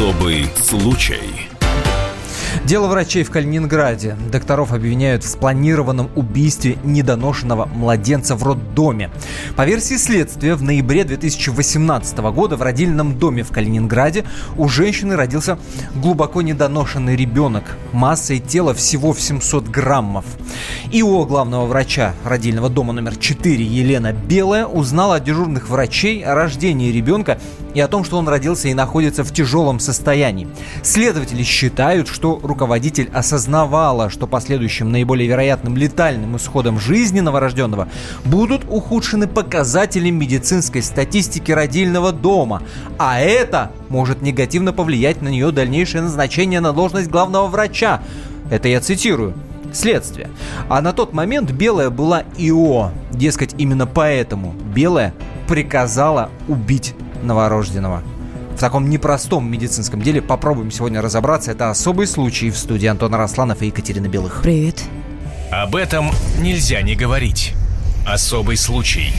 Особый случай. Дело врачей в Калининграде. Докторов обвиняют в спланированном убийстве недоношенного младенца в роддоме. По версии следствия, в ноябре 2018 года в родильном доме в Калининграде у женщины родился глубоко недоношенный ребенок массой тела всего в 700 граммов. ИО главного врача родильного дома номер 4 Елена Белая узнала от дежурных врачей о рождении ребенка и о том, что он родился и находится в тяжелом состоянии. Следователи считают, что руководитель осознавала, что последующим наиболее вероятным летальным исходом жизни новорожденного будут ухудшены показатели медицинской статистики родильного дома, а это может негативно повлиять на нее дальнейшее назначение на должность главного врача. Это я цитирую. Следствие. А на тот момент Белая была ИО. Дескать, именно поэтому Белая приказала убить новорожденного. В таком непростом медицинском деле попробуем сегодня разобраться. Это особый случай. В студии Антон Арасланов и Екатерина Белых. Привет. Об этом нельзя не говорить. Особый случай.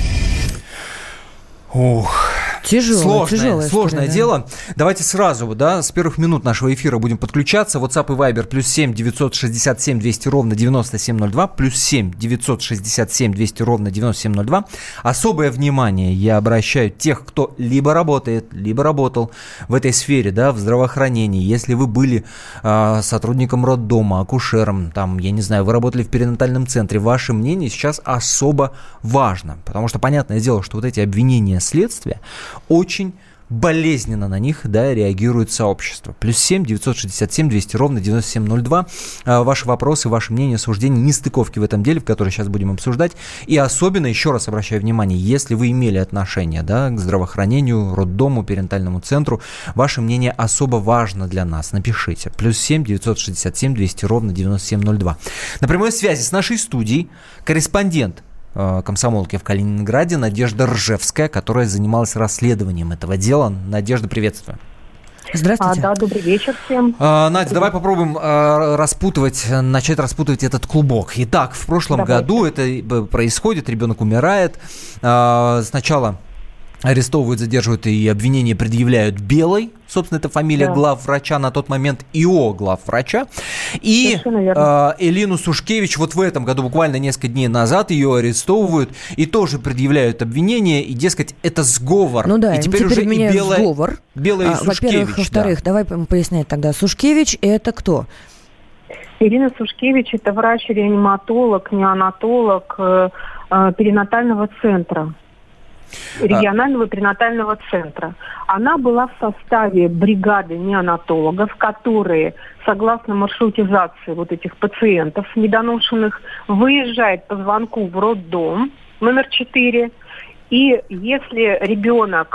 Ух. Сложное дело. Давайте сразу, с первых минут нашего эфира будем подключаться. WhatsApp и Viber +7 967 200 ровно 9702, +7 967 200 ровно 9702. Особое внимание я обращаю тех, кто либо работает, либо работал в этой сфере, в здравоохранении. Если вы были сотрудником роддома, акушером, вы работали в перинатальном центре, ваше мнение сейчас особо важно. Потому что понятное дело, что вот эти обвинения следствия очень болезненно на них реагирует сообщество. +7 967 200 ровно 9702. Ваши вопросы, ваше мнение, суждения, нестыковки в этом деле, в котором сейчас будем обсуждать. И особенно, еще раз обращаю внимание, если вы имели отношение к здравоохранению, роддому, перинатальному центру, ваше мнение особо важно для нас. Напишите. +7 967 200 ровно 9702. На прямой связи с нашей студией корреспондент комсомолки в Калининграде Надежда Ржевская, которая занималась расследованием этого дела. Надежда, приветствую. Здравствуйте. Добрый вечер всем. Надя, давай попробуем начать распутывать этот клубок. Итак, в прошлом году это происходит, ребенок умирает. Сначала арестовывают, задерживают и обвинения предъявляют Белой. Собственно, это фамилия главврача на тот момент, ИО главврача. И Элину Сушкевич вот в этом году, буквально несколько дней назад, ее арестовывают и тоже предъявляют обвинения. И, дескать, это сговор. И теперь уже и сговор. Белая и Сушкевич. Во-первых, во-вторых, давай пояснять тогда. Сушкевич – это кто? Ирина Сушкевич – это врач-реаниматолог, неонатолог перинатального центра. Регионального перинатального центра. Она была в составе бригады неонатологов, которые, согласно маршрутизации вот этих пациентов недоношенных, выезжает по звонку в роддом номер 4. И если ребенок,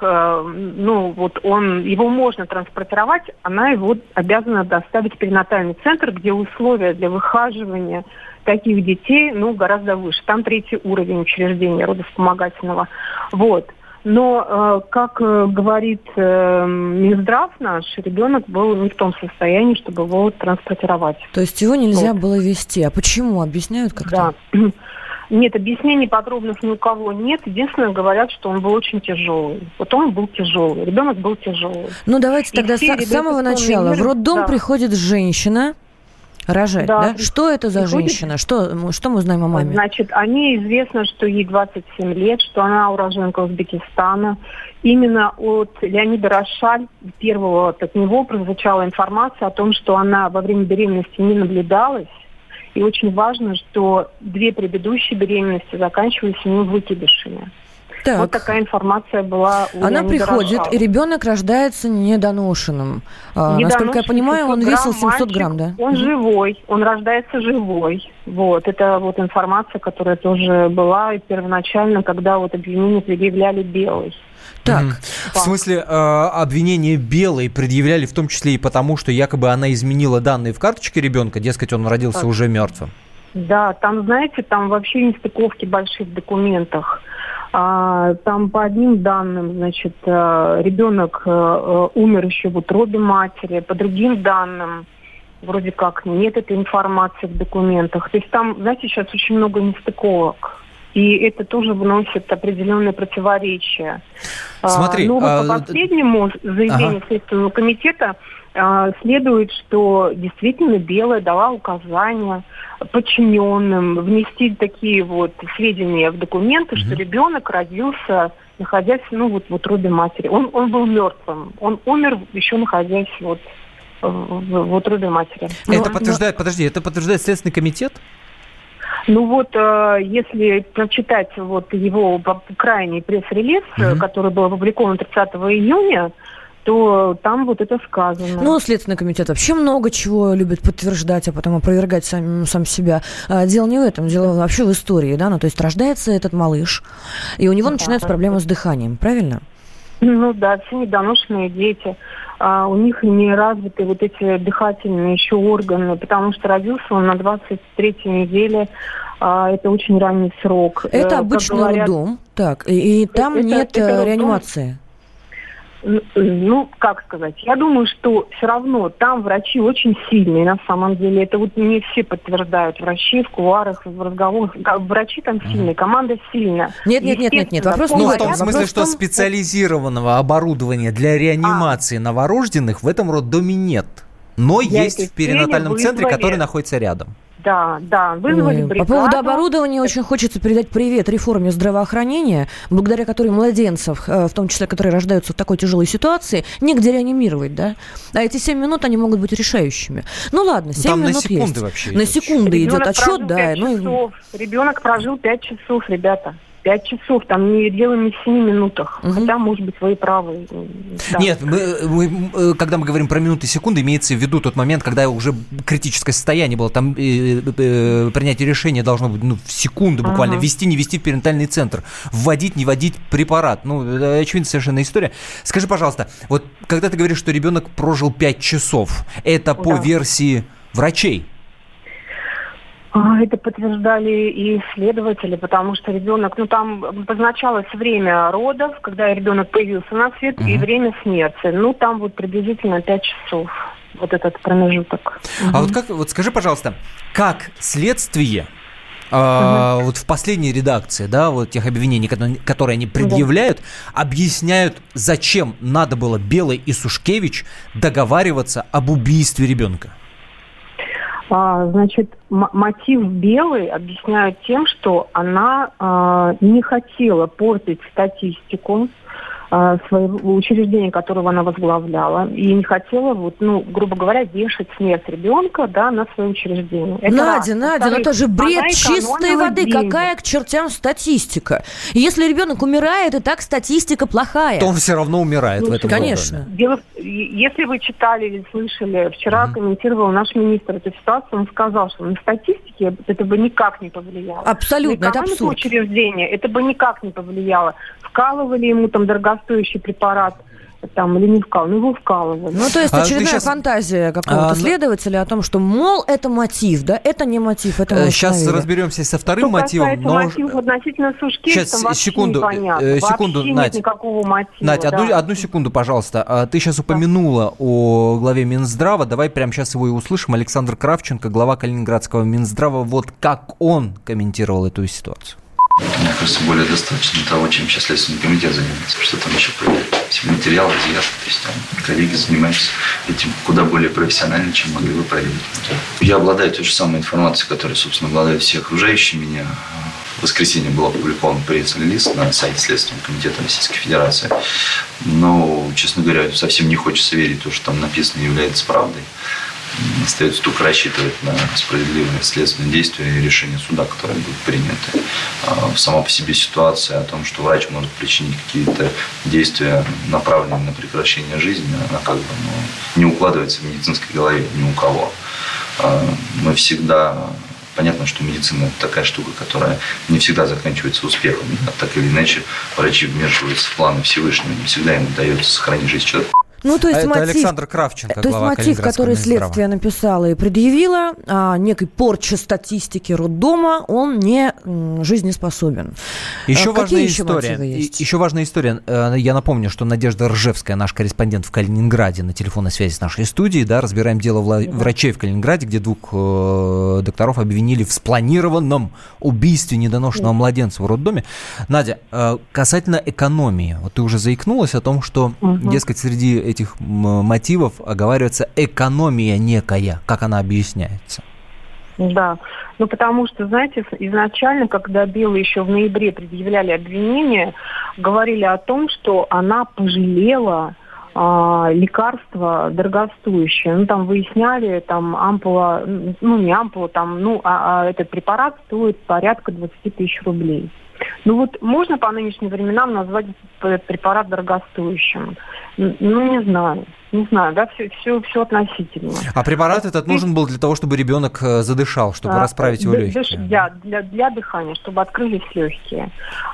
его можно транспортировать, она его обязана доставить в перинатальный центр, где условия для выхаживания таких детей, гораздо выше. Там 3-й уровень учреждения родовспомогательного. Но, как говорит Минздрав наш, ребенок был не в том состоянии, чтобы его транспортировать. То есть его нельзя было везти. А почему? Объясняют как-то? Да. Нет, объяснений подробных ни у кого нет. Единственное, говорят, что он был очень тяжелый. Он был тяжелый. Ребенок был тяжелый. Давайте тогда с самого начала. В роддом приходит женщина рожать, да? Что это за женщина? Что мы знаем о маме? Значит, о ней известно, что ей 27 лет, что она уроженка Узбекистана. Именно от Леонида Рошаль, первого от него, прозвучала информация о том, что она во время беременности не наблюдалась. И очень важно, что 2 предыдущие беременности заканчивались у нее выкидышами. Так. Вот такая информация была у Она Леонида приходит, Рошала. И ребенок рождается недоношенным. Насколько я понимаю, он весил 700 грамм, да? Он живой, он рождается живой. Это информация, которая тоже была первоначально, когда обвинения предъявляли Белой. Так. В смысле, обвинения Белой предъявляли в том числе и потому, что якобы она изменила данные в карточке ребенка, дескать, он родился уже мертвым. Да, там вообще нестыковки большие в документах. Там по одним данным, ребенок умер еще в утробе матери, по другим данным вроде как нет этой информации в документах. То есть там, сейчас очень много нестыковок. И это тоже вносит определенные противоречия. Смотри, по последнему заявлению Следственного комитета следует, что действительно Белая дала указания подчиненным внести такие вот сведения в документы, что ребенок родился, находясь в утробе матери. Он был мертвым. Он умер, еще находясь в утробе матери. Это подтверждает Следственный комитет? Если прочитать его крайний пресс-релиз, который был опубликован 30 июня, то там это сказано. Следственный комитет вообще много чего любит подтверждать, а потом опровергать сам себя. Дело не в этом, дело вообще в истории, да, то есть рождается этот малыш, и у него начинаются проблемы с дыханием, правильно? Да, все недоношенные дети. У них не развиты эти дыхательные еще органы, потому что родился он на 23-й неделе. Это очень ранний срок. Это обычный роддом, так, и там нет реанимации. Как сказать, я думаю, что все равно там врачи очень сильные, на самом деле. Это не все подтверждают. Врачи в кулуарах, в разговорах. Врачи там сильные, команда сильная. Нет. Вопрос не в этом. В том смысле, что специализированного оборудования для реанимации новорожденных в этом роддоме нет. Но есть в перинатальном центре, который находится рядом. Да, вызвали бригаду. По поводу оборудования очень хочется передать привет реформе здравоохранения, благодаря которой младенцев, в том числе, которые рождаются в такой тяжелой ситуации, негде реанимировать, да? А эти 7 минут, они могут быть решающими. Ладно, 7 там минут на секунды есть. Вообще на секунды идет отсчет, да. Ребенок прожил 5 часов, ребята. 5 часов, там дело не в 7 минутах. Хотя, может быть, вы правы. Да. Нет, когда мы говорим про минуты и секунды, имеется в виду тот момент, когда уже критическое состояние было. Там принятие решения должно быть в секунды буквально. Ввести, не ввести в перинатальный центр. Вводить, не вводить препарат. Это очевидно совершенно история. Скажи, пожалуйста, когда ты говоришь, что ребенок прожил 5 часов, это по версии врачей? Это подтверждали и исследователи, потому что ребенок, там позначалось время родов, когда ребенок появился на свет, и время смерти. Там приблизительно 5 часов, этот промежуток. А скажи, пожалуйста, как следствие в последней редакции, тех обвинений, которые они предъявляют, объясняют, зачем надо было Белой и Сушкевич договариваться об убийстве ребенка? Мотив Белой объясняют тем, что она не хотела портить статистику своего учреждения, которого она возглавляла, и не хотела, грубо говоря, вешать смерть ребенка, на свое учреждение. Надя, это же бред чистой воды. Деньги. Какая к чертям статистика? Если ребенок умирает, и так статистика плохая. То он все равно умирает в этом году. Конечно. Если вы читали или слышали, вчера комментировал наш министр эту ситуацию, он сказал, что на статистике это бы никак не повлияло. Абсолютно, это абсурд. Учреждение это бы никак не повлияло. Вкалывали ему дорогостоящий препарат, или не вкалывали, его вкалывали. То есть очередная фантазия какого-то следователя о том, что, это мотив, это не мотив, это мотив. Сейчас разберемся со вторым мотивом. Мотив относительно Сушкевича, там вообще непонятно. Секунду, нет никакого мотива. Надь, одну секунду, пожалуйста. Ты сейчас упомянула о главе Минздрава. Давай прямо сейчас его и услышим. Александр Кравченко, глава Калининградского Минздрава. Как он комментировал эту ситуацию. Мне кажется, более достаточно того, чем сейчас Следственный комитет занимается, что там еще все материалы изъяты. То есть там коллеги занимаются этим куда более профессионально, чем могли бы проверить. Я обладаю той же самой информацией, которой, собственно, обладают все окружающие меня. В воскресенье был опубликован пресс-релиз на сайте Следственного комитета Российской Федерации. Но, честно говоря, совсем не хочется верить в то, что там написано, является правдой. Остается только рассчитывать на справедливые следственные действия и решения суда, которые будут приняты. Сама по себе ситуация о том, что врач может причинить какие-то действия, направленные на прекращение жизни, она не укладывается в медицинской голове ни у кого. Мы всегда... Понятно, что медицина – это такая штука, которая не всегда заканчивается успехом. Так или иначе, врачи вмешиваются в планы Всевышнего, не всегда им удается сохранить жизнь человека. То есть это Александр Кравченко, то есть мотив, который следствие написало и предъявило, некой порче статистики роддома, он не жизнеспособен. Еще важная мотивы история. Я напомню, что Надежда Ржевская, наш корреспондент в Калининграде, на телефонной связи с нашей студией. Да, разбираем дело врачей в Калининграде, где 2 докторов обвинили в спланированном убийстве недоношенного младенца в роддоме. Надя, касательно экономии. Вот ты уже заикнулась о том, что, дескать, среди этих мотивов оговаривается экономия некая. Как она объясняется? Да, потому что, знаете, изначально, когда Белой еще в ноябре предъявляли обвинения, говорили о том, что она пожалела лекарство дорогостоящее. Там выясняли, там ампула, не ампула, этот препарат стоит порядка 20 тысяч рублей. Можно по нынешним временам назвать этот препарат дорогостоящим? Не знаю, да, все относительно. А препарат этот нужен был для того, чтобы ребенок задышал, чтобы расправить его легкие? Для дыхания, чтобы открылись легкие.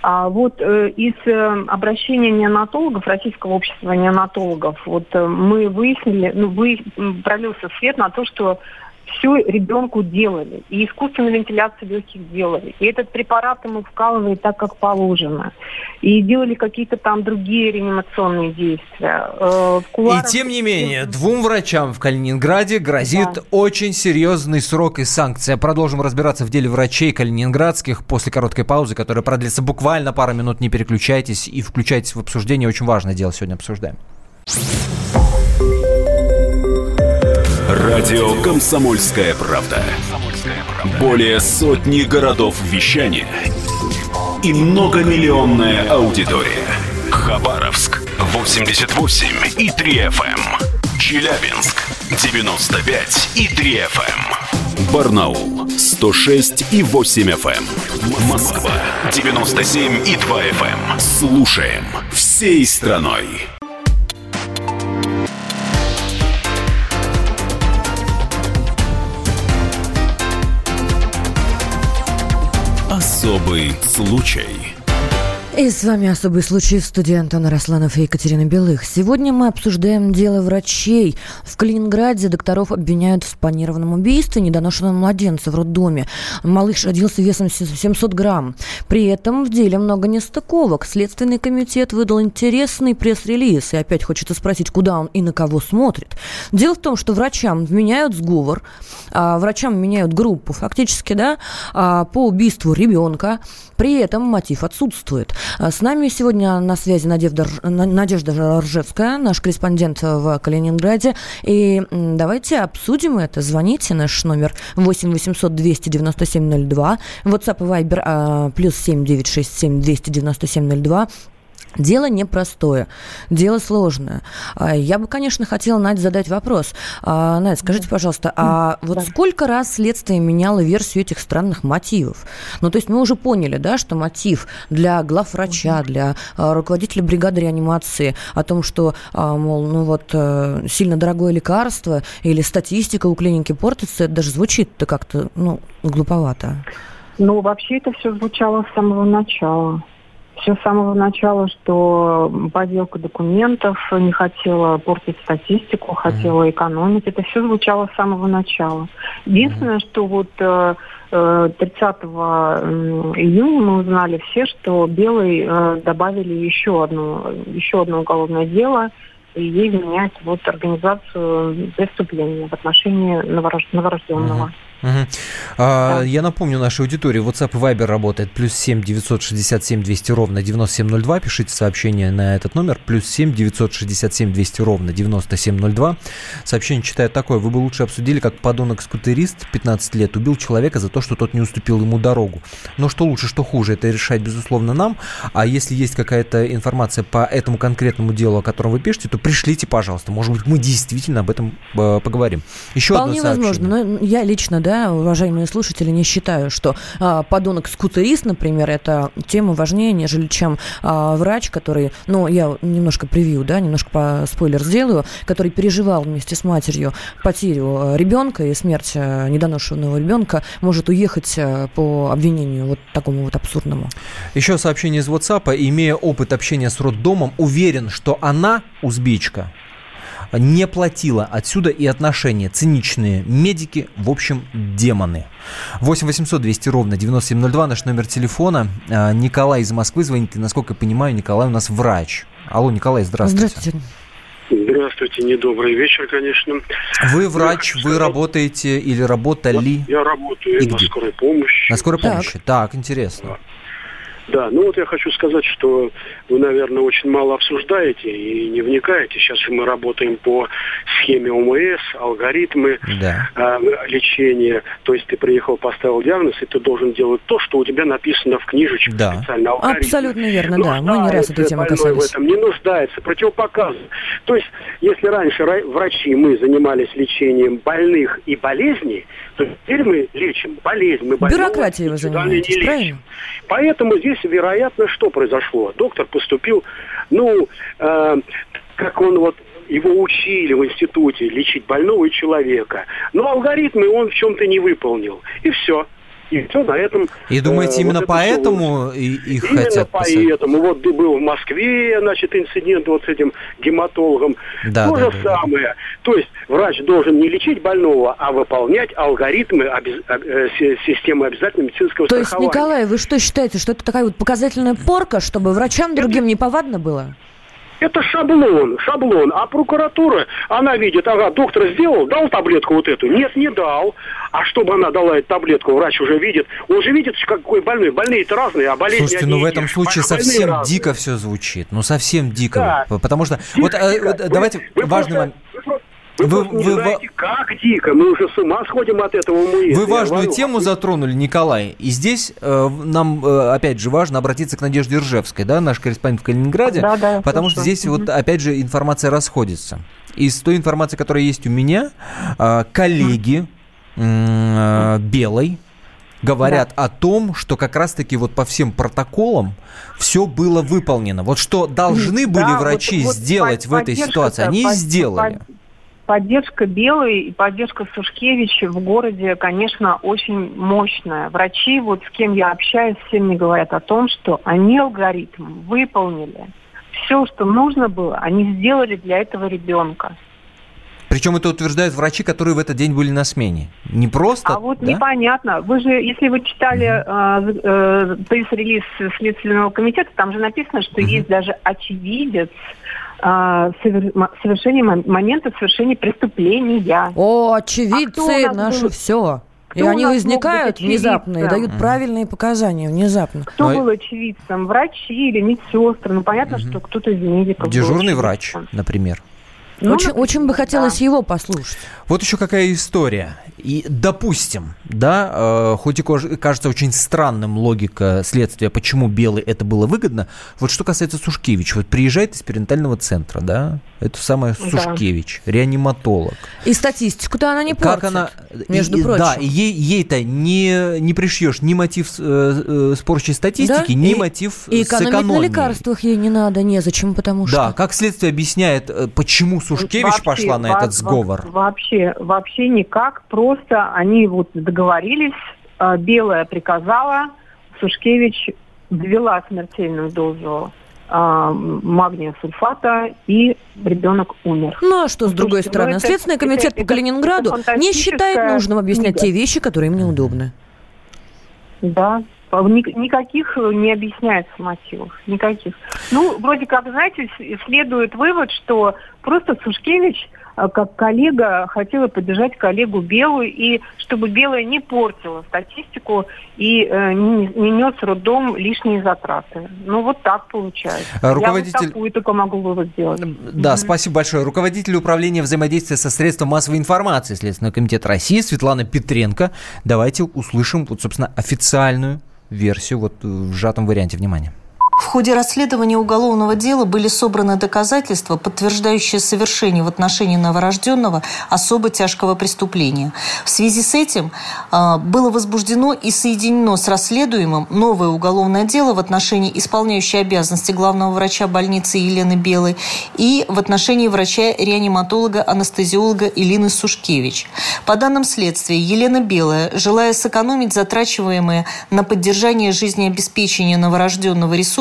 Из обращения неонатологов, Российского общества неонатологов, мы выяснили, пролился свет на то, что все ребенку делали. И искусственную вентиляцию легких делали. И этот препарат ему вкалывали так, как положено. И делали какие-то там другие реанимационные действия. И тем не менее, 2 врачам в Калининграде грозит очень серьезный срок и санкция. Продолжим разбираться в деле врачей калининградских после короткой паузы, которая продлится буквально пару минут. Не переключайтесь и включайтесь в обсуждение. Очень важное дело сегодня обсуждаем. Радио «Комсомольская правда». Более сотни городов вещания и многомиллионная аудитория. Хабаровск 88,3 FM. Челябинск 95,3 FM. Барнаул 106,8 FM. Москва 97,2 FM. Слушаем всей страной. Особый случай. И с вами «Особый случай» в студии Антон Арасланов и Екатерина Белых. Сегодня мы обсуждаем дело врачей. В Калининграде докторов обвиняют в спланированном убийстве недоношенного младенца в роддоме. Малыш родился весом 700 грамм. При этом в деле много нестыковок. Следственный комитет выдал интересный пресс-релиз. И опять хочется спросить, куда он и на кого смотрит. Дело в том, что врачам вменяют сговор, врачам меняют группу фактически, по убийству ребенка. При этом мотив отсутствует. С нами сегодня на связи Надежда Ржевская, наш корреспондент в Калининграде. И давайте обсудим это. Звоните, наш номер 8 800 297 02, WhatsApp и Viber +7 967 297 02. Дело непростое, дело сложное. Я бы, конечно, хотела Наде задать вопрос. Надя, скажите, пожалуйста, сколько раз следствие меняло версию этих странных мотивов? То есть мы уже поняли, что мотив для главврача, для руководителя бригады реанимации о том, что, сильно дорогое лекарство или статистика у клиники портится, это даже звучит-то как-то, глуповато. Вообще это все звучало с самого начала. Все с самого начала, что подделка документов, не хотела портить статистику, хотела экономить. Это все звучало с самого начала. Единственное, что 30 июня мы узнали все, что Белой добавили еще одно уголовное дело, и ей вменяют организацию преступления в отношении новорожденного. Я напомню нашей аудитории, WhatsApp и Viber работает +7 967 200 ровно 9702. Пишите сообщение на этот номер +7 967 200 ровно 9702. Сообщение читает такое: вы бы лучше обсудили, как подонок-скутерист 15 лет убил человека за то, что тот не уступил ему дорогу. Но что лучше, что хуже, это решать, безусловно, нам. А если есть какая-то информация по этому конкретному делу, о котором вы пишете, то пришлите, пожалуйста. Может быть, мы действительно об этом поговорим. Еще одно сообщение. Вполне возможно, но я лично, уважаемые слушатели, не считаю, что подонок-скутерист, например, это тема важнее, нежели чем врач, который, я немножко превью, немножко спойлер сделаю, который переживал вместе с матерью потерю ребенка и смерть недоношенного ребенка, может уехать по обвинению такому абсурдному. Еще сообщение из WhatsApp. Имея опыт общения с роддомом, уверен, что она, узбечка, не платила. Отсюда и отношения циничные. Медики, в общем, демоны. 8 800 200 ровно 9702, наш номер телефона. Николай из Москвы звонит. И, насколько я понимаю, Николай у нас врач. Алло, Николай, здравствуйте. Здравствуйте, недобрый вечер, конечно. Вы врач, вы работаете или работали? Я работаю на скорой помощи. На скорой помощи, так, интересно. Да, ну вот я хочу сказать, что вы, наверное, очень мало обсуждаете и не вникаете. Сейчас мы работаем по схеме ОМС, алгоритмы лечения. То есть ты приехал, поставил диагноз, и ты должен делать то, что у тебя написано в книжечке специально. Алгоритм. Абсолютно верно, да. Мы не раз эту тему касались. В этом не нуждается, противопоказано. То есть, если раньше врачи, мы занимались лечением больных и болезней, то теперь мы лечим болезнь. Мы бюрократией вы занимаетесь, правильно? Поэтому здесь, вероятно, что произошло? Доктор поступил, как он вот его учили в институте лечить больного человека. Но алгоритмы он в чем-то не выполнил. И все. И все на этом. И думаете, именно поэтому их хотят посадить? Именно поэтому. Вот ты был в Москве, значит, инцидент вот с этим гематологом. То же самое. То есть врач должен не лечить больного, а выполнять алгоритмы системы обязательного медицинского страхования. То есть, Николай, вы что считаете, что это такая вот показательная порка, чтобы врачам другим неповадно было? Это шаблон. А прокуратура, она видит, доктор сделал, дал таблетку вот эту? Нет, не дал. А чтобы она дала эту таблетку, врач уже видит. Он же видит, какой больной. Больные-то разные, а болезни... Слушайте, в этом случае совсем дико все звучит. Совсем дико. Да. Потому что... Давайте важный момент. Вы не знаете, как дико. Мы уже с ума сходим от этого. Вы важную тему затронули, Николай. И здесь нам, опять же, важно обратиться к Надежде Ржевской, наш корреспондент в Калининграде. Да, потому что здесь, опять же, информация расходится. Из той информации, которая есть у меня, коллеги Белой говорят о том, что как раз-таки по всем протоколам все было выполнено. Вот что должны были врачи сделать в этой ситуации, они и сделали. Поддержка Белой и поддержка Сушкевича в городе, конечно, очень мощная. Врачи, с кем я общаюсь, все мне говорят о том, что они алгоритм выполнили. Все, что нужно было, они сделали для этого ребенка. Причем это утверждают врачи, которые в этот день были на смене. Не просто, непонятно. Вы же, если вы читали пресс-релиз Следственного комитета, там же написано, что есть даже очевидец момента совершения преступления. Очевидцы наши все. И они возникают внезапно и дают правильные показания внезапно. Кто был очевидцем? Врачи или медсестры? Понятно, что кто-то из медиков. Дежурный врач, например. Очень бы хотелось его послушать. Вот еще какая история. И, допустим, хоть и кажется очень странным логика следствия, почему Белой это было выгодно, что касается Сушкевич. приезжает из перинатального центра, это самая Сушкевич, реаниматолог. И статистику-то она не портит, между прочим. Да, ей-то не пришьешь ни мотив с порчей статистики, ни мотив с экономией. И экономить на лекарствах ей не надо, незачем, потому что... Да, как следствие объясняет, почему Сушкевич пошла на этот сговор? Вообще никак. Просто они договорились, Белая приказала, Сушкевич ввела смертельную дозу магния сульфата, и ребенок умер. А что с другой стороны? Следственный комитет по Калининграду не считает нужным объяснять те вещи, которые им неудобны. Да. Никаких не объясняется мотивов. Никаких. Вроде как, знаете, следует вывод, что просто Сушкевич, как коллега, хотела поддержать коллегу Белую, и чтобы Белая не портила статистику и не нес роддом лишние затраты. Так получается. Руководитель... Я такую только могу вывод сделать. Да, спасибо большое. Руководитель управления взаимодействия со средством массовой информации Следственного комитета России Светлана Петренко. Давайте услышим, собственно, официальную версию в сжатом варианте. Внимание. В ходе расследования уголовного дела были собраны доказательства, подтверждающие совершение в отношении новорожденного особо тяжкого преступления. В связи с этим было возбуждено и соединено с расследуемым новое уголовное дело в отношении исполняющей обязанности главного врача больницы Елены Белой и в отношении врача-реаниматолога-анестезиолога Илины Сушкевич. По данным следствия, Елена Белая, желая сэкономить затрачиваемые на поддержание жизнеобеспечения новорожденного ресурса,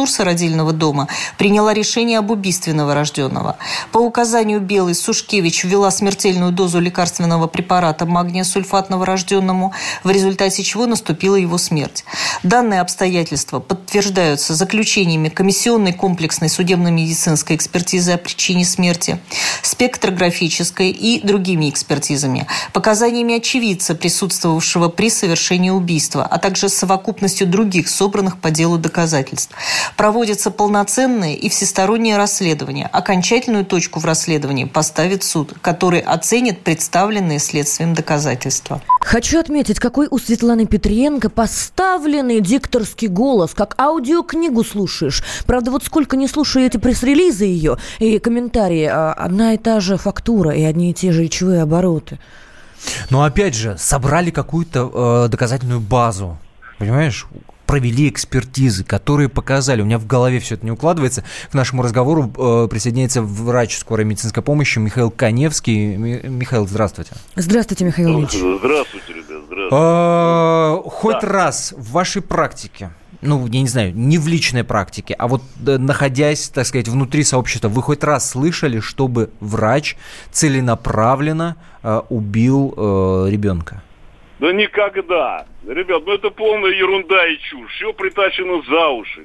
ресурсы родильного дома приняла решение об убийстве новорожденного. По указанию Белой Сушкевич ввела смертельную дозу лекарственного препарата магния сульфат новорожденному, в результате чего наступила его смерть. Данные обстоятельства подтверждаются заключениями комиссионной комплексной судебно-медицинской экспертизы о причине смерти, спектрографической и другими экспертизами, показаниями очевидца, присутствовавшего при совершении убийства, а также совокупностью других собранных по делу доказательств. Проводится полноценное и всестороннее расследование. Окончательную точку в расследовании поставит суд, который оценит представленные следствием доказательства. Хочу отметить, какой у Светланы Петренко поставленный дикторский голос, как аудиокнигу слушаешь. Правда, вот сколько не слушаю эти пресс-релизы ее и комментарии, одна и та же фактура и одни и те же речевые обороты. Но опять же, собрали какую-то доказательную базу, понимаешь? Провели экспертизы, которые показали. У меня в голове все это не укладывается. К нашему разговору присоединяется врач скорой медицинской помощи Михаил Каневский. Михаил, здравствуйте. Здравствуйте, Михаил Ильич. Здравствуйте, ребят, здравствуйте. Хоть раз в вашей практике, ну, я не знаю, не в личной практике, а вот находясь, так сказать, внутри сообщества, вы хоть раз слышали, чтобы врач целенаправленно убил ребенка? Да никогда. Ребят, это полная ерунда и чушь. Все притащено за уши.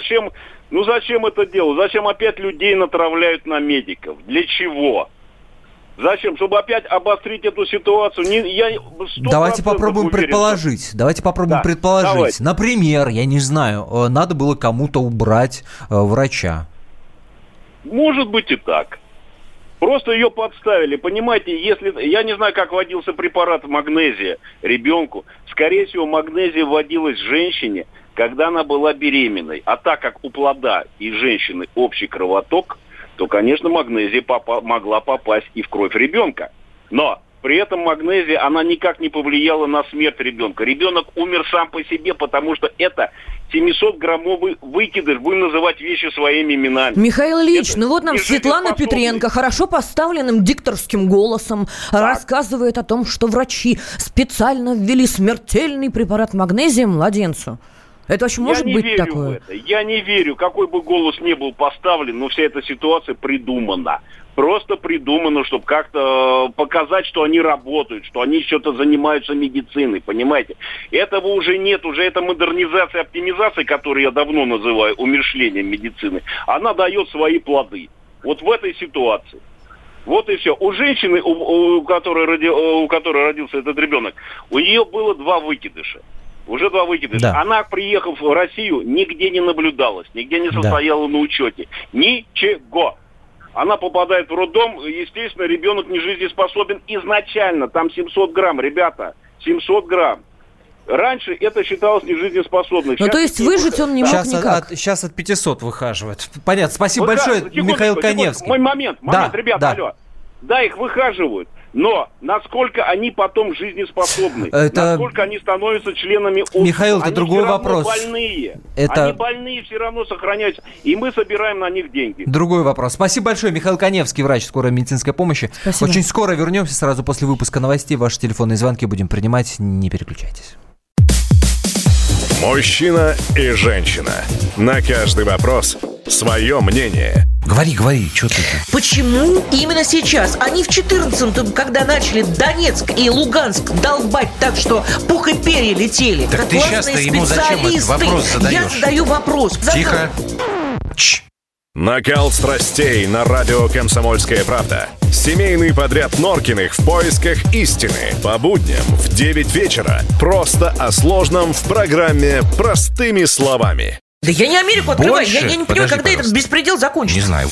Зачем это делать? Зачем опять людей натравляют на медиков? Для чего? Зачем? Чтобы опять обострить эту ситуацию? Давайте попробуем предположить. Давайте. Например, я не знаю, надо было кому-то убрать врача. Может быть и так. Просто ее подставили, понимаете, если, я не знаю, как вводился препарат магнезия ребенку, скорее всего, магнезия вводилась женщине, когда она была беременной. А так как у плода и женщины общий кровоток, то, конечно, магнезия могла попасть и в кровь ребенка. Но при этом магнезия, она никак не повлияла на смерть ребенка. Ребенок умер сам по себе, потому что это 700-граммовый выкидыш. Будем называть вещи своими именами. Михаил Ильич, вот нам Светлана Петренко хорошо поставленным дикторским голосом рассказывает о том, что врачи специально ввели смертельный препарат магнезия младенцу. Это вообще может быть такое? Я не верю. Какой бы голос ни был поставлен, но вся эта ситуация придумана. Просто придумано, чтобы как-то показать, что они работают, что они что-то занимаются медициной, понимаете? Этого уже нет, уже эта модернизация, оптимизация, которую я давно называю умерщвлением медицины, она дает свои плоды. Вот в этой ситуации. Вот и все. У женщины, у которой родился этот ребенок, у нее было 2 выкидыша. Уже 2 выкидыша. Да. Она, приехав в Россию, нигде не наблюдалась, нигде не состояла на учете. Ничего. Она попадает в роддом, естественно, ребенок не жизнеспособен изначально. Там 700 грамм, ребята, 700 грамм. Раньше это считалось нежизнеспособным. Ну, то есть выжить он не мог никак. Сейчас от 500 выхаживают. Понятно. Спасибо большое, Михаил Каневский. Момент, ребята, алло. Да, их выхаживают. Но насколько они потом жизнеспособны, насколько они становятся членами общества. Михаил, это другой вопрос. Больные. Они больные все равно сохраняются. И мы собираем на них деньги. Другой вопрос. Спасибо большое. Михаил Каневский, врач скорой медицинской помощи. Спасибо. Очень скоро вернемся, сразу после выпуска новостей. Ваши телефонные звонки будем принимать. Не переключайтесь. Мужчина и женщина. На каждый вопрос свое мнение. Говори, что ты? Почему именно сейчас? Они в 14-м, когда начали Донецк и Луганск долбать так, что пух и перья летели. Так ты сейчас-то ему зачем этот вопрос задаешь? Я задаю вопрос. Тихо. Накал страстей на радио «Комсомольская правда». Семейный подряд Норкиных в поисках истины. По будням в 9 вечера. Просто о сложном в программе «Простыми словами». Да я не Америку открываю. Я не понимаю, когда этот беспредел закончится. Не знаю.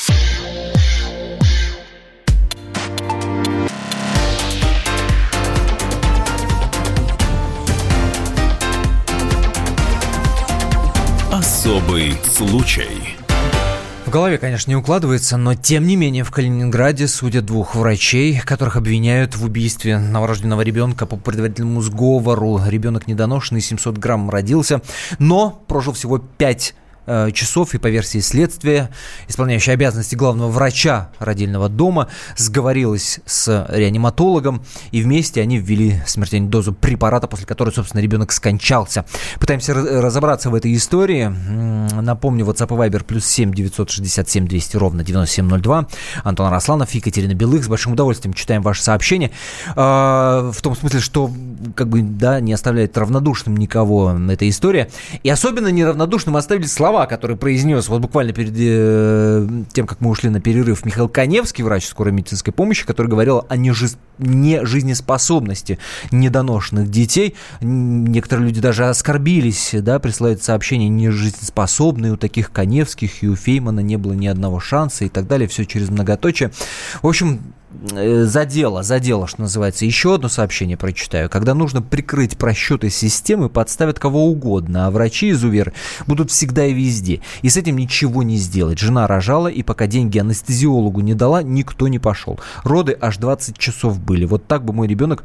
Особый случай. В голове, конечно, не укладывается, но тем не менее в Калининграде судят 2 врачей, которых обвиняют в убийстве новорожденного ребенка по предварительному сговору. Ребенок недоношенный, 700 грамм родился, но прожил всего 5 часов, и по версии следствия, исполняющая обязанности главного врача родильного дома сговорилась с реаниматологом, и вместе они ввели смертельную дозу препарата, после которой, собственно, ребенок скончался. Пытаемся разобраться в этой истории. Напомню, WhatsApp и Viber +7 967 200 ровно 9702. Антон Арасланов, Екатерина Белых. С большим удовольствием читаем ваши сообщения. В том смысле, что не оставляет равнодушным никого эта история. И особенно неравнодушным оставили слова, которые произнес буквально перед тем, как мы ушли на перерыв, Михаил Каневский, врач скорой медицинской помощи, который говорил о нежизнеспособности недоношенных детей. Некоторые люди даже оскорбились, присылают сообщения: нежизнеспособные, у таких Каневских и у Феймана не было ни одного шанса и так далее. Все через многоточие. В общем, задело, что называется. Еще одно сообщение прочитаю. Когда нужно прикрыть просчеты системы, подставят кого угодно, а врачи-изуверы будут всегда и везде. И с этим ничего не сделать. Жена рожала, и пока деньги анестезиологу не дала, никто не пошел. Роды аж 20 часов были. Вот так бы мой ребенок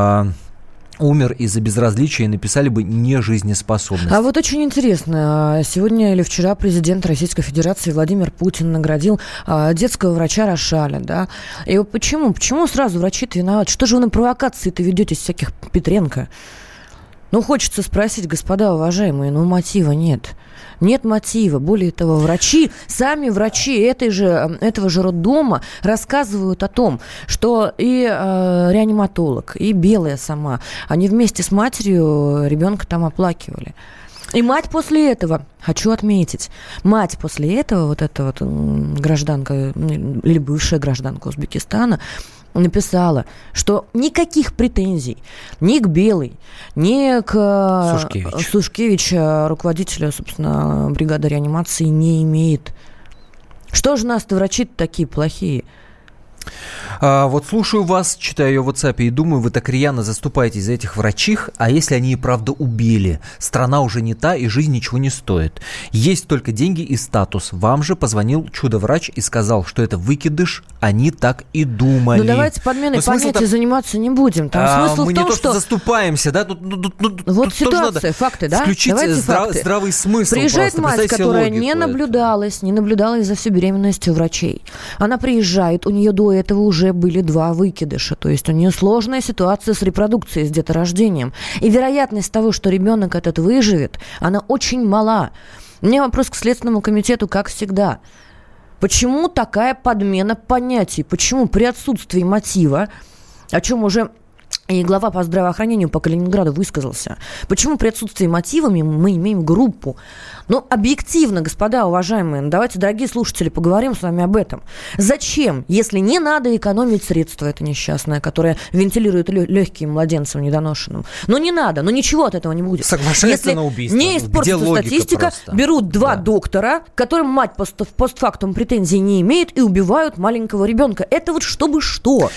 умер из-за безразличия, и написали бы нежизнеспособность. А вот очень интересно. Сегодня или вчера президент Российской Федерации Владимир Путин наградил детского врача Рошаля, да? И вот почему? Почему сразу врачи-то виноваты? Что же вы на провокации-то ведете из всяких Петренко? Хочется спросить, господа уважаемые, мотива нет. Нет мотива. Более того, сами врачи этого же роддома рассказывают о том, что и реаниматолог, и Белая сама, они вместе с матерью ребенка там оплакивали. И мать после этого, хочу отметить, эта гражданка, или бывшая гражданка Узбекистана, написала, что никаких претензий ни к Белой, ни к Сушкевич, руководителю, собственно, бригады реанимации, не имеет. Что же нас-то врачи-то такие плохие? Вот слушаю вас, читаю ее в WhatsApp и думаю, вы так рьяно заступаетесь за этих врачих, а если они и правда убили? Страна уже не та, и жизнь ничего не стоит. Есть только деньги и статус. Вам же позвонил чудо-врач и сказал, что это выкидыш, они так и думали. Давайте подменой понятий заниматься не будем. Там смысл мы в том, не то, что заступаемся, да? Вот ситуация, факты, да? Включить здравый смысл. Приезжает мать, которая не наблюдалась за всю беременностью врачей. Она приезжает, у нее до этого уже были 2 выкидыша. То есть у нее сложная ситуация с репродукцией, с деторождением. И вероятность того, что ребенок этот выживет, она очень мала. У меня вопрос к Следственному комитету, как всегда. Почему такая подмена понятий? Почему при отсутствии мотива, о чем уже и глава по здравоохранению по Калининграду высказался, почему при отсутствии мотива мы имеем группу? Объективно, господа уважаемые, давайте, дорогие слушатели, поговорим с вами об этом. Зачем, если не надо экономить средства, это несчастное, которое вентилирует легкие младенцам недоношенным? Не надо, ничего от этого не будет. Соглашается на убийство. Не испортится статистика, просто берут 2 доктора, которым мать постфактум претензий не имеет, и убивают маленького ребенка. Это чтобы что?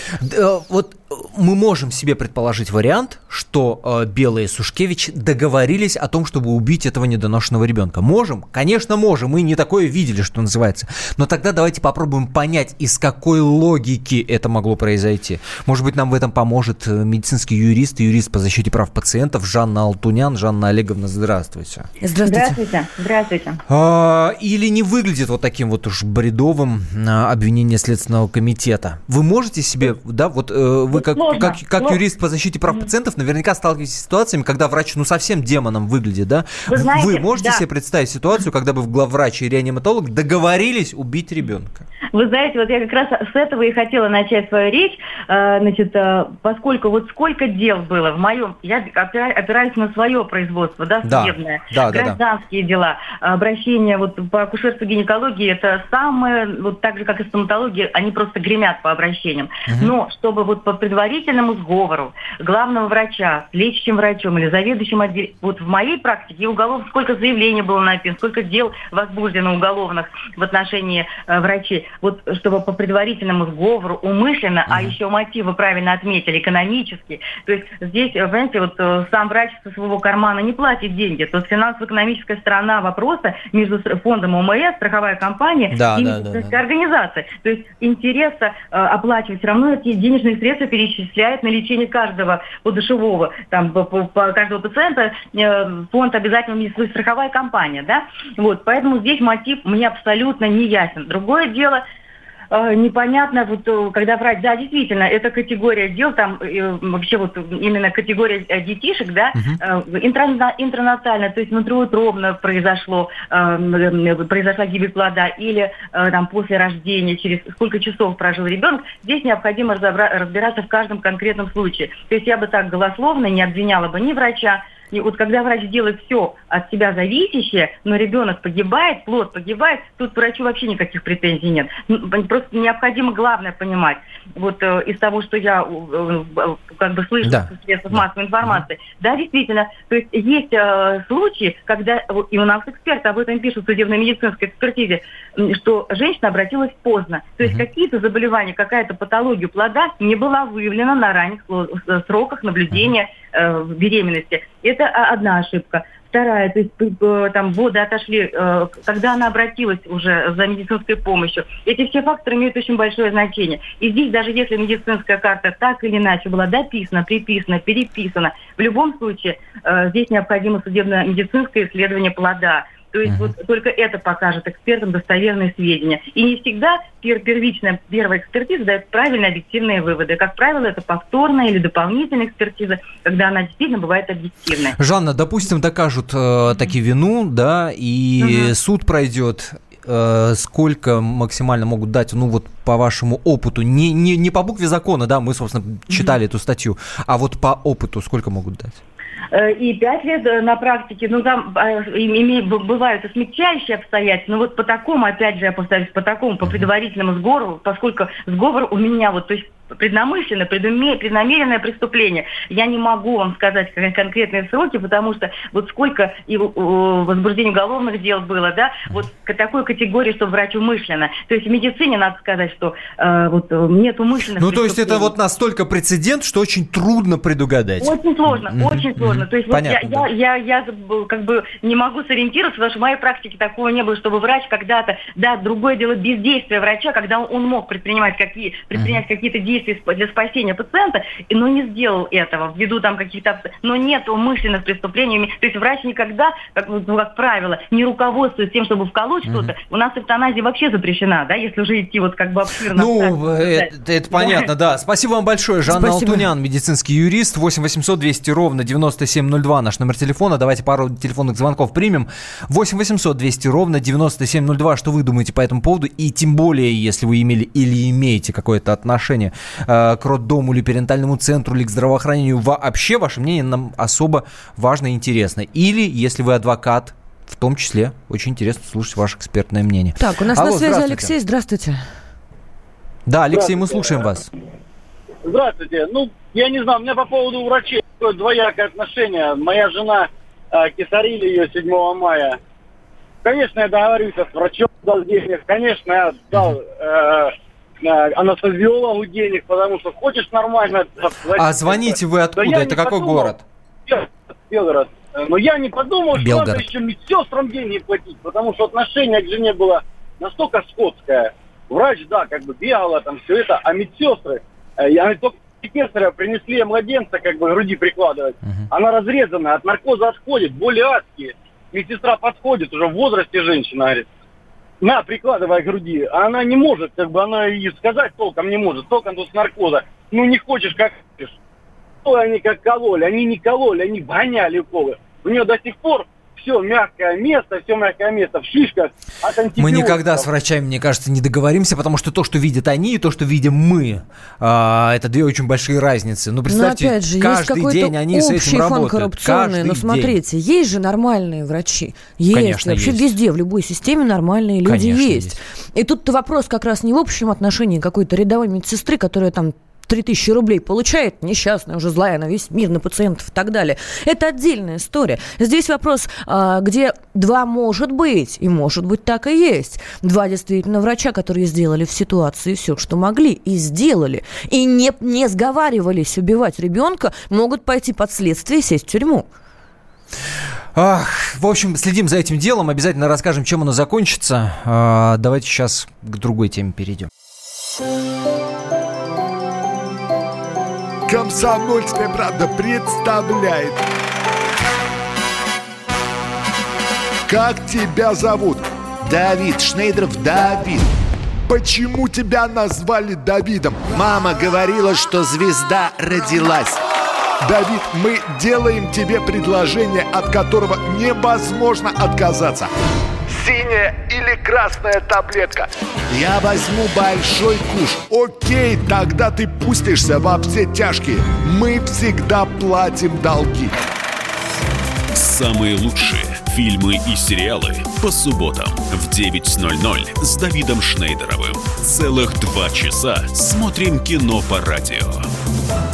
Мы можем себе предположить вариант, что Белая и Сушкевич договорились о том, чтобы убить этого недоношенного ребенка. Можем? Конечно, можем. Мы не такое видели, что называется. Но тогда давайте попробуем понять, из какой логики это могло произойти. Может быть, нам в этом поможет медицинский юрист по защите прав пациентов Жанна Алтунян. Жанна Олеговна, здравствуйте. Здравствуйте. Или не выглядит таким уж бредовым обвинение Следственного комитета? Вы можете себе, вы как юрист по защите прав пациентов наверняка сталкиваетесь с ситуациями, когда врач совсем демоном выглядит, да? Вы можете себе представить ситуацию, когда бы главврач и реаниматолог договорились убить ребенка? Вы знаете, я как раз с этого и хотела начать свою речь, поскольку сколько дел было в моем, я опираюсь на свое производство, судебное, гражданские дела, обращения по акушерству, гинекологии, это самое, так же, как и стоматология, они просто гремят по обращениям. Но чтобы по предварительному сговору главного врача с лечащим врачом или заведующим отделением, в моей практике сколько заявлений было написано, сколько дел возбуждено уголовных в отношении врачей, вот чтобы по предварительному сговору, умышленно, а еще мотивы правильно отметили, экономические. То есть здесь, понимаете, вот сам врач со своего кармана не платит деньги. То есть финансово-экономическая сторона вопроса между фондом ОМС, страховая компания и медицинской организацией. То есть интереса оплачивать все равно эти денежные средства перечисляет на лечение каждого подушевого, там, по каждого пациента фонд обязательно медицинской страховая компания, да? Вот, поэтому здесь мотив мне абсолютно не ясен. Другое дело, непонятно, вот когда врач, да, действительно, это категория дел, там вообще вот именно категория детишек, да, интранатально, то есть внутриутробно произошла гибель плода, или там после рождения, через сколько часов прожил ребенок, здесь необходимо разбираться в каждом конкретном случае. То есть я бы так голословно не обвиняла бы ни врача. И вот когда врач делает все от себя зависящее, но ребенок погибает, плод погибает, тут врачу вообще никаких претензий нет. Просто необходимо главное понимать. Вот из того, что я как бы слышу в средствах массовой информации. Да, действительно, то есть есть случаи, когда, и у нас эксперты об этом пишут в судебно-медицинской экспертизе, что женщина обратилась поздно. То есть какие-то заболевания, какая-то патология плода не была выявлена на ранних сроках наблюдения беременности. Это одна ошибка. Вторая, то есть там годы отошли, когда она обратилась уже за медицинской помощью. Эти все факторы имеют очень большое значение. И здесь, даже если медицинская карта так или иначе была дописана, приписана, переписана, в любом случае здесь необходимо судебно-медицинское исследование плода. То есть вот только это покажет экспертам достоверные сведения. И не всегда первая экспертиза дает правильные объективные выводы. Как правило, это повторная или дополнительная экспертиза, когда она действительно бывает объективной. Жанна, допустим, докажут таки вину, да, и суд пройдет. Сколько максимально могут дать, ну вот по вашему опыту, не по букве закона, да, мы, собственно, читали эту статью, а вот по опыту сколько могут дать? И 5 лет на практике, ну там бывают и смягчающие обстоятельства, но вот по такому, опять же, я повторюсь, по предварительному сговору, поскольку сговор у меня вот, то есть преднамышленное, преднамеренное преступление. Я не могу вам сказать конкретные сроки, потому что вот сколько и возбуждения уголовных дел было, да, вот такой категории, что врач умышленно. То есть в медицине надо сказать, что вот нет умышленных преступлений. То есть это вот настолько прецедент, что очень трудно предугадать. Очень сложно, очень сложно. То есть понятно, вот я как бы не могу сориентироваться, потому что в моей практике такого не было, чтобы врач когда-то, да, другое дело бездействие врача, когда он мог предпринять какие-то действия для спасения пациента, но не сделал этого ввиду там каких-то... Но нет умышленных преступлений. То есть врач никогда, как правило, не руководствуется тем, чтобы вколоть что-то. У нас эвтаназия вообще запрещена, да, если уже идти вот как бы обширно. Ну, это понятно, да. Спасибо вам большое. Жанна Алтунян, медицинский юрист. 8 800 200 ровно 9702 наш номер телефона. Давайте пару телефонных звонков примем. 8 800 200 ровно 9702. Что вы думаете по этому поводу? И тем более, если вы имели или имеете какое-то отношение к роддому или перинатальному центру, или к здравоохранению, вообще ваше мнение нам особо важно и интересно. Или, если вы адвокат, в том числе, очень интересно слушать ваше экспертное мнение. Так, у нас на связи Алексей, здравствуйте. Да, Алексей, мы слушаем вас. Здравствуйте. Ну, я не знаю, у меня по поводу врачей двоякое отношение. Моя жена, кесарили ее 7 мая. Конечно, я договорился с врачом, дал денег. Конечно, я дал... анестезиологу денег, потому что хочешь нормально... А звоните вы откуда? Это какой город? Белгород. Но я не подумал, что надо еще медсестрам деньги платить, потому что отношение к жене было настолько скотское. Врач, да, как бы бегала, там все это, а медсестры, они только кесаря принесли младенца, как бы груди прикладывать. Она разрезанная, от наркоза отходит, боли адские. Медсестра подходит, уже в возрасте женщина, говорит, на, прикладывай к груди. А она не может, как бы она и сказать толком не может. Толком тут с наркоза. Ну, не хочешь, как хочешь. Что они как кололи? Они не кололи, они вгоняли уколы. У нее до сих пор все мягкое место в шишках от антибиотиков. Мы никогда с врачами, мне кажется, не договоримся, потому что то, что видят они, и то, что видим мы, это две очень большие разницы. Ну, представьте, опять же, каждый день они с этим работают. Каждый но смотрите, день. Есть же нормальные врачи. Есть. Конечно, вообще есть. Везде, в любой системе нормальные люди есть. И тут вопрос как раз не в общем отношении какой-то рядовой медсестры, которая там 3000 рублей получает, несчастная, уже злая на весь мир, на пациентов и так далее. Это отдельная история. Здесь вопрос, где 2 может быть, и может быть так и есть. 2 действительно врача, которые сделали в ситуации все, что могли, и сделали. И не сговаривались убивать ребенка, могут пойти под следствие и сесть в тюрьму. В общем, следим за этим делом, обязательно расскажем, чем оно закончится. Давайте сейчас к другой теме перейдем. «Комсомольская правда» представляет. Как тебя зовут? Давид. Шнейдров Давид. Почему тебя назвали Давидом? Мама говорила, что звезда родилась. Давид, мы делаем тебе предложение, от которого невозможно отказаться. Синяя или красная таблетка? Я возьму большой куш. Окей, тогда ты пустишься во все тяжкие. Мы всегда платим долги. Самые лучшие фильмы и сериалы по субботам в 9:00 с Давидом Шнейдеровым. Целых 2 часа смотрим кино по радио.